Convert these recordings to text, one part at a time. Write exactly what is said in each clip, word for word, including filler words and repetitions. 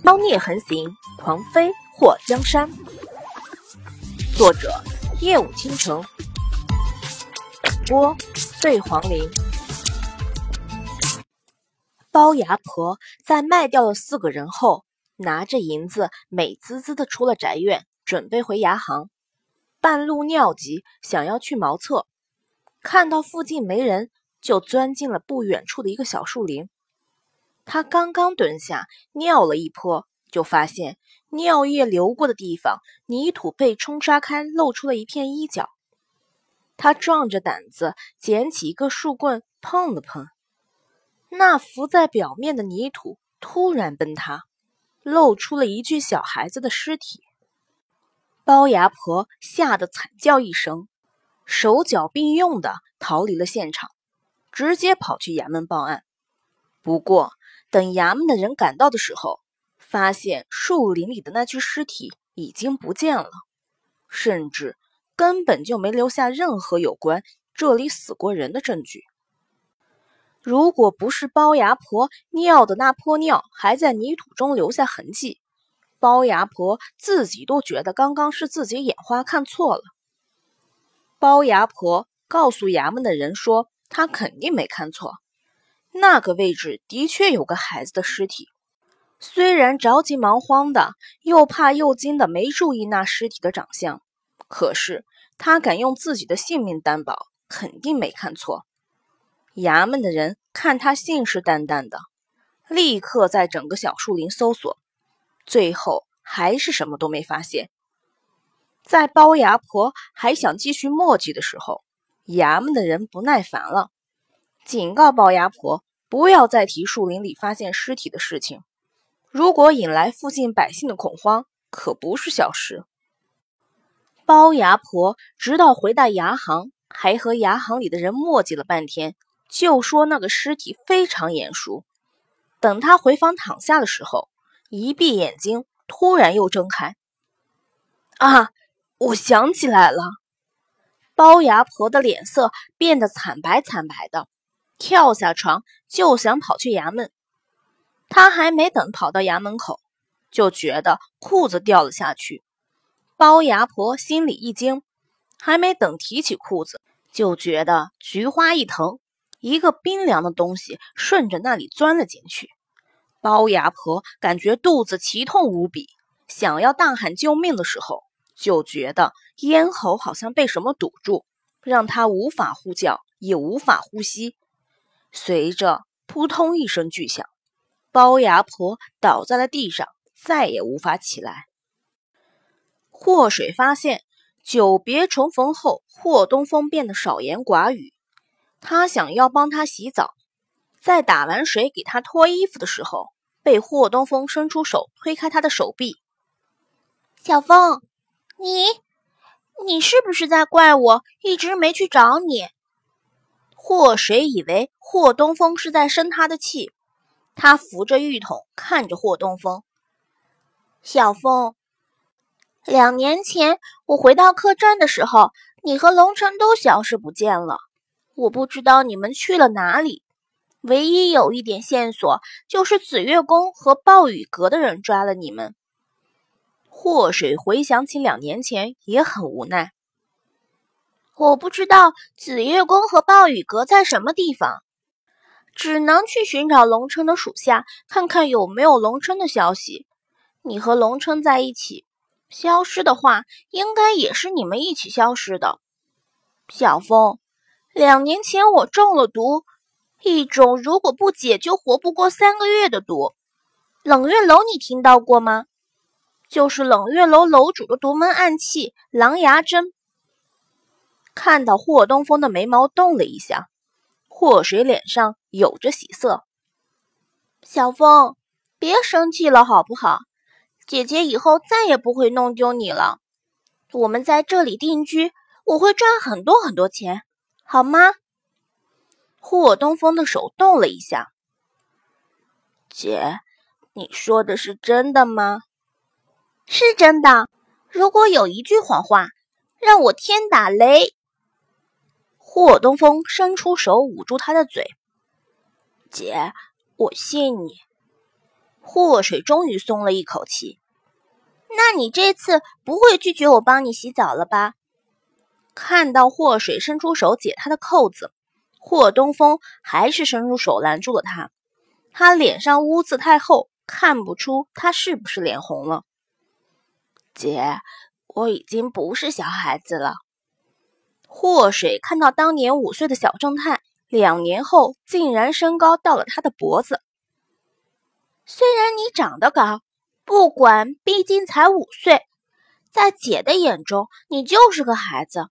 妖孽横行，狂飞祸江山。作者：夜舞倾城，播：醉黄林。包牙婆在卖掉了四个人后，拿着银子美滋滋的出了宅院，准备回牙行。半路尿急，想要去茅厕，看到附近没人，就钻进了不远处的一个小树林。他刚刚蹲下尿了一泼，就发现尿液流过的地方泥土被冲刷开，露出了一片衣角。他壮着胆子捡起一个树棍碰了碰，那浮在表面的泥土突然崩塌，露出了一具小孩子的尸体。包牙婆吓得惨叫一声，手脚并用的逃离了现场，直接跑去衙门报案。不过等衙门的人赶到的时候，发现树林里的那具尸体已经不见了，甚至根本就没留下任何有关这里死过人的证据。如果不是包牙婆尿的那泼尿还在泥土中留下痕迹，包牙婆自己都觉得刚刚是自己眼花看错了。包牙婆告诉衙门的人说，她肯定没看错，那个位置的确有个孩子的尸体。虽然着急忙慌的，又怕又惊的没注意那尸体的长相，可是他敢用自己的性命担保，肯定没看错。衙门的人看他信誓旦旦的，立刻在整个小树林搜索，最后还是什么都没发现。在包牙婆还想继续磨叽的时候，衙门的人不耐烦了，警告包牙婆不要再提树林里发现尸体的事情，如果引来附近百姓的恐慌，可不是小事。包牙婆直到回到衙行，还和衙行里的人磨叽了半天，就说那个尸体非常眼熟。等他回房躺下的时候，一闭眼睛，突然又睁开。啊，我想起来了！包牙婆的脸色变得惨白惨白的，跳下床就想跑去衙门。他还没等跑到衙门口，就觉得裤子掉了下去。包牙婆心里一惊，还没等提起裤子，就觉得菊花一疼，一个冰凉的东西顺着那里钻了进去。包牙婆感觉肚子奇痛无比，想要大喊救命的时候，就觉得咽喉好像被什么堵住，让她无法呼叫，也无法呼吸。随着扑通一声巨响，包牙婆倒在了地上，再也无法起来。祸水发现久别重逢后，霍东风变得少言寡语。他想要帮他洗澡，在打完水给他脱衣服的时候，被霍东风伸出手推开他的手臂。 小风，你你是不是在怪我一直没去找你？ 霍水以为霍东风是在生他的气，他扶着浴桶看着霍东风。 小风，两年前我回到客栈的时候，你和龙城都消失不见了，我不知道你们去了哪里。唯一有一点线索，就是紫月宫和暴雨阁的人抓了你们。 霍水回想起两年前，也很无奈。 我不知道紫月宫和暴雨阁在什么地方，只能去寻找龙琛的属下，看看有没有龙琛的消息。你和龙琛在一起，消失的话，应该也是你们一起消失的。小风，两年前我中了毒，一种如果不解就活不过三个月的毒。冷月楼你听到过吗？就是冷月楼楼主的独门暗器狼牙针。 看到霍东风的眉毛动了一下，霍水脸上有着喜色。 小风，别生气了好不好？姐姐以后再也不会弄丢你了。我们在这里定居，我会赚很多很多钱，好吗？ 霍东风的手动了一下。姐，你说的是真的吗？ 是真的。如果有一句谎话，让我天打雷。 霍东风伸出手捂住他的嘴。姐，我信你。 祸水终于松了一口气。那你这次不会拒绝我帮你洗澡了吧？看到祸水伸出手解他的扣子，霍东风还是伸出手拦住了他。他脸上污渍太厚，看不出他是不是脸红了。姐，我已经不是小孩子了。祸水看到当年五岁的小正太，两年后竟然身高到了他的脖子。虽然你长得高，不管，毕竟才五岁，在姐的眼中，你就是个孩子。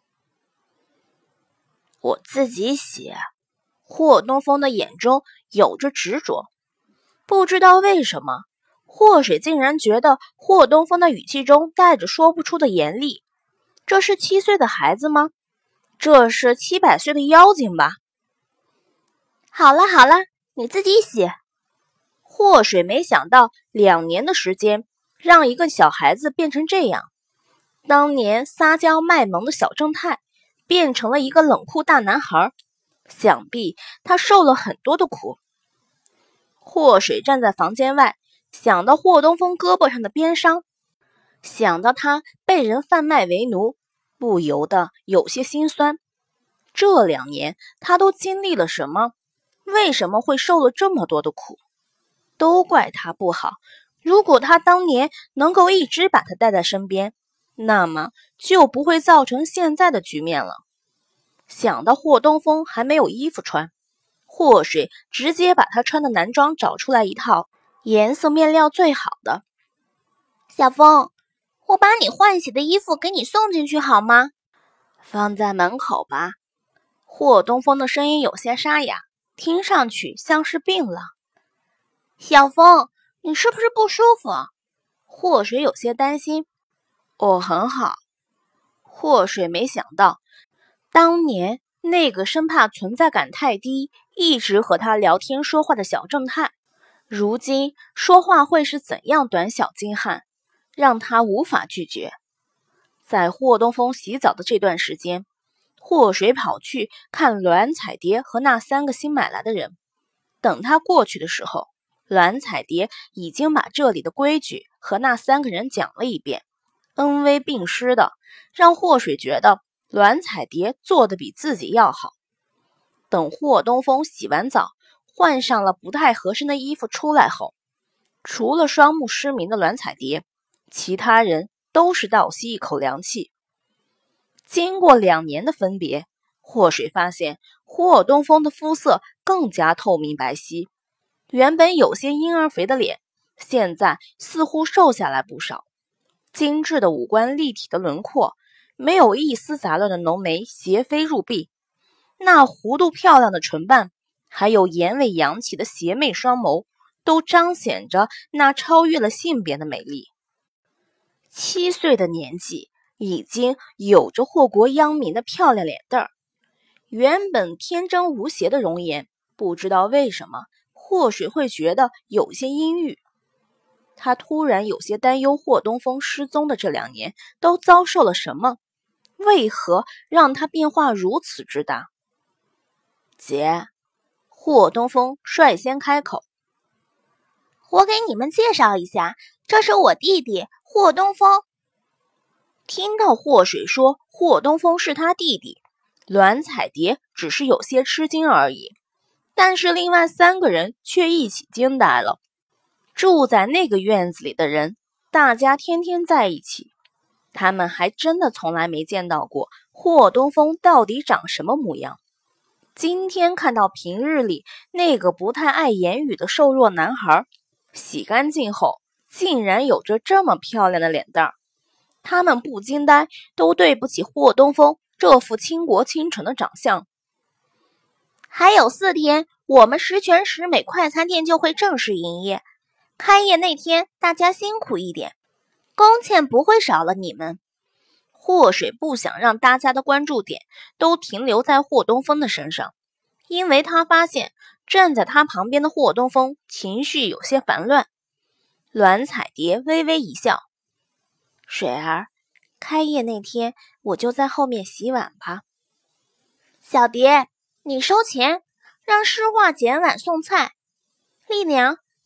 我自己洗。霍东风的眼中有着执着，不知道为什么，祸水竟然觉得霍东风的语气中带着说不出的严厉。这是七岁的孩子吗？这是七百岁的妖精吧？好了好了，你自己洗。祸水没想到两年的时间让一个小孩子变成这样，当年撒娇卖萌的小正太变成了一个冷酷大男孩，想必他受了很多的苦。祸水站在房间外，想到霍东风胳膊上的鞭伤，想到他被人贩卖为奴，不由得有些心酸。这两年他都经历了什么？为什么会受了这么多的苦？都怪他不好，如果他当年能够一直把他带在身边，那么就不会造成现在的局面了。想到霍东风还没有衣服穿，祸水直接把他穿的男装找出来一套，颜色面料最好的。小风，我把你换洗的衣服给你送进去好吗？放在门口吧。霍东风的声音有些沙哑，听上去像是病了。小风，你是不是不舒服？祸水有些担心。我很好。祸水没想到，当年那个生怕存在感太低，一直和他聊天说话的小正太，如今说话会是怎样短小精悍，让他无法拒绝。在霍东风洗澡的这段时间，祸水跑去看栾彩蝶和那三个新买来的人。等他过去的时候，栾彩蝶已经把这里的规矩和那三个人讲了一遍，恩威并施的，让祸水觉得栾彩蝶做的比自己要好。等霍东风洗完澡，换上了不太合身的衣服出来后，除了双目失明的栾彩蝶，其他人都是倒吸一口凉气。经过两年的分别，祸水发现霍东风的肤色更加透明白皙，原本有些婴儿肥的脸，现在似乎瘦下来不少，精致的五官立体的轮廓，没有一丝杂乱的浓眉斜飞入臂，那弧度漂亮的唇瓣，还有眼尾扬起的邪魅双眸，都彰显着那超越了性别的美丽。七岁的年纪，已经有着祸国殃民的漂亮脸蛋儿，原本天真无邪的容颜，不知道为什么祸水会觉得有些阴郁。他突然有些担忧霍东风失踪的这两年都遭受了什么，为何让他变化如此之大？姐，霍东风率先开口。我给你们介绍一下，这是我弟弟霍东风。听到祸水说霍东风是他弟弟，栾彩蝶只是有些吃惊而已，但是另外三个人却一起惊呆了。住在那个院子里的人，大家天天在一起，他们还真的从来没见到过霍东风到底长什么模样。今天看到平日里那个不太爱言语的瘦弱男孩，洗干净后竟然有着这么漂亮的脸蛋儿，他们不惊呆都对不起霍东风这副倾国倾城的长相。还有四天，我们十全十美快餐店就会正式营业，开业那天大家辛苦一点，工钱不会少了你们。祸水不想让大家的关注点都停留在霍东风的身上，因为他发现站在他旁边的霍东风情绪有些烦乱。栾彩蝶微微一笑，水儿，开业那天我就在后面洗碗吧。小蝶，你收钱，让诗画捡碗送菜。丽娘，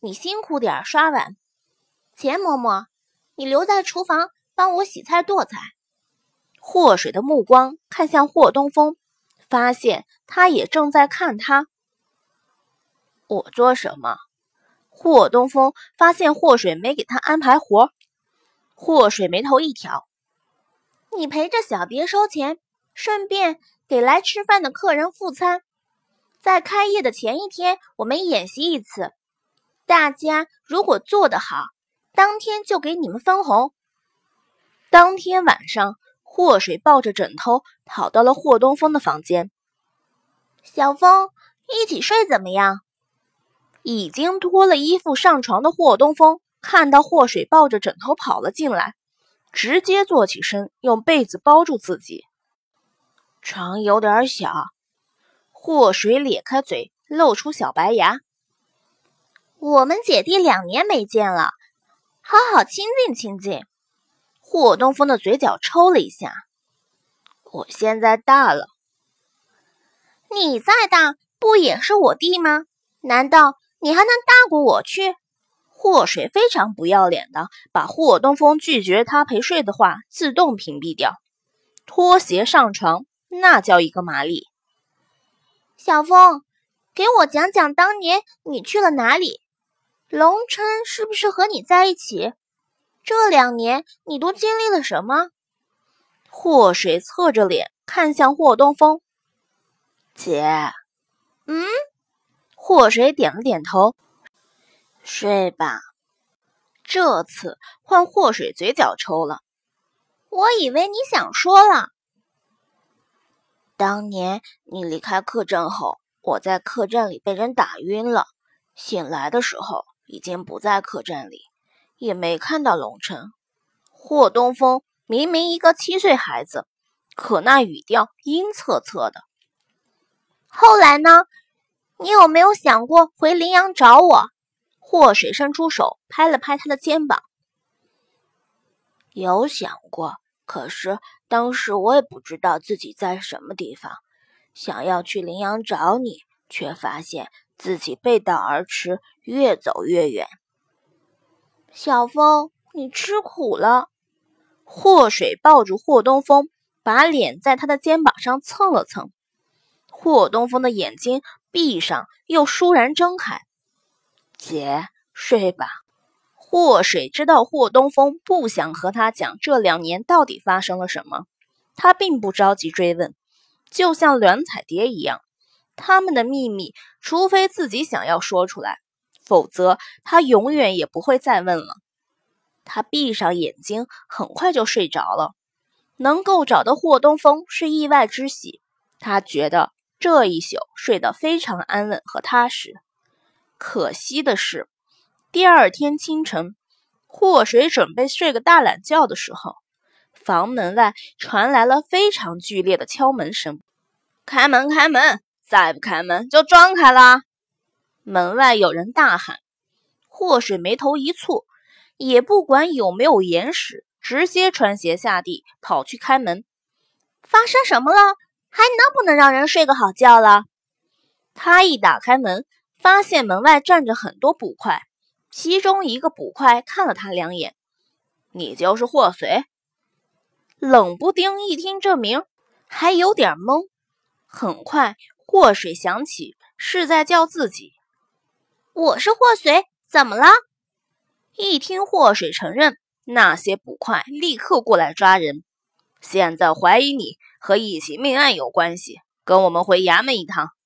你辛苦点刷碗。钱嬷嬷，你留在厨房帮我洗菜剁菜。 祸水的目光看向霍东风，发现他也正在看他。我做什么？霍东风发现祸水没给他安排活。祸水眉头一挑， 你陪着小蝶收钱，顺便给来吃饭的客人付餐。在开业的前一天，我们演习一次，大家如果做得好，当天就给你们分红。 当天晚上，祸水抱着枕头跑到了霍东风的房间。 小风，一起睡怎么样？ 已经脱了衣服上床的霍东风看到祸水抱着枕头跑了进来，直接坐起身，用被子包住自己。床有点小。祸水咧开嘴，露出小白牙。 我们姐弟两年没见了，好好亲近亲近。 霍东风的嘴角抽了一下。我现在大了。 你再大，不也是我弟吗？难道你还能大过我去？ 祸水非常不要脸的把霍东风拒绝他陪睡的话自动屏蔽掉。脱鞋上床，那叫一个麻利。 小风，给我讲讲当年你去了哪里？龙琛是不是和你在一起？这两年你都经历了什么？ 祸水侧着脸看向霍东风。姐。 嗯？ 祸水点了点头。睡吧。这次换祸水嘴角抽了。 我以为你想说了。 当年你离开客栈后，我在客栈里被人打晕了，醒来的时候已经不在客栈里，也没看到龙琛。霍东风明明一个七岁孩子，可那语调阴恻恻的。 后来呢？你有没有想过回临阳找我？祸水伸出手拍了拍他的肩膀。 有想过，可是当时我也不知道自己在什么地方，想要去临阳找你，却发现自己背道而驰，越走越远。 小风，你吃苦了。 祸水抱住霍东风，把脸在他的肩膀上蹭了蹭。霍东风的眼睛闭上又倏然睁开。姐，睡吧。祸水知道霍东风不想和他讲这两年到底发生了什么，他并不着急追问，就像栾彩蝶一样，他们的秘密除非自己想要说出来，否则他永远也不会再问了。他闭上眼睛，很快就睡着了。能够找到霍东风是意外之喜，他觉得这一宿睡得非常安稳和踏实。可惜的是，第二天清晨，祸水准备睡个大懒觉的时候，房门外传来了非常剧烈的敲门声。开门，开门！再不开门就撞开啦！门外有人大喊。祸水眉头一蹙，也不管有没有眼屎，直接穿鞋下地跑去开门。 发生什么了？还能不能让人睡个好觉了？ 他一打开门，发现门外站着很多捕快，其中一个捕快看了他两眼。你就是祸水？冷不丁一听这名，还有点懵。很快祸水想起是在叫自己。 我是祸水，怎么了？ 一听祸水承认，那些捕快立刻过来抓人。现在怀疑你和一起命案有关系，跟我们回衙门一趟。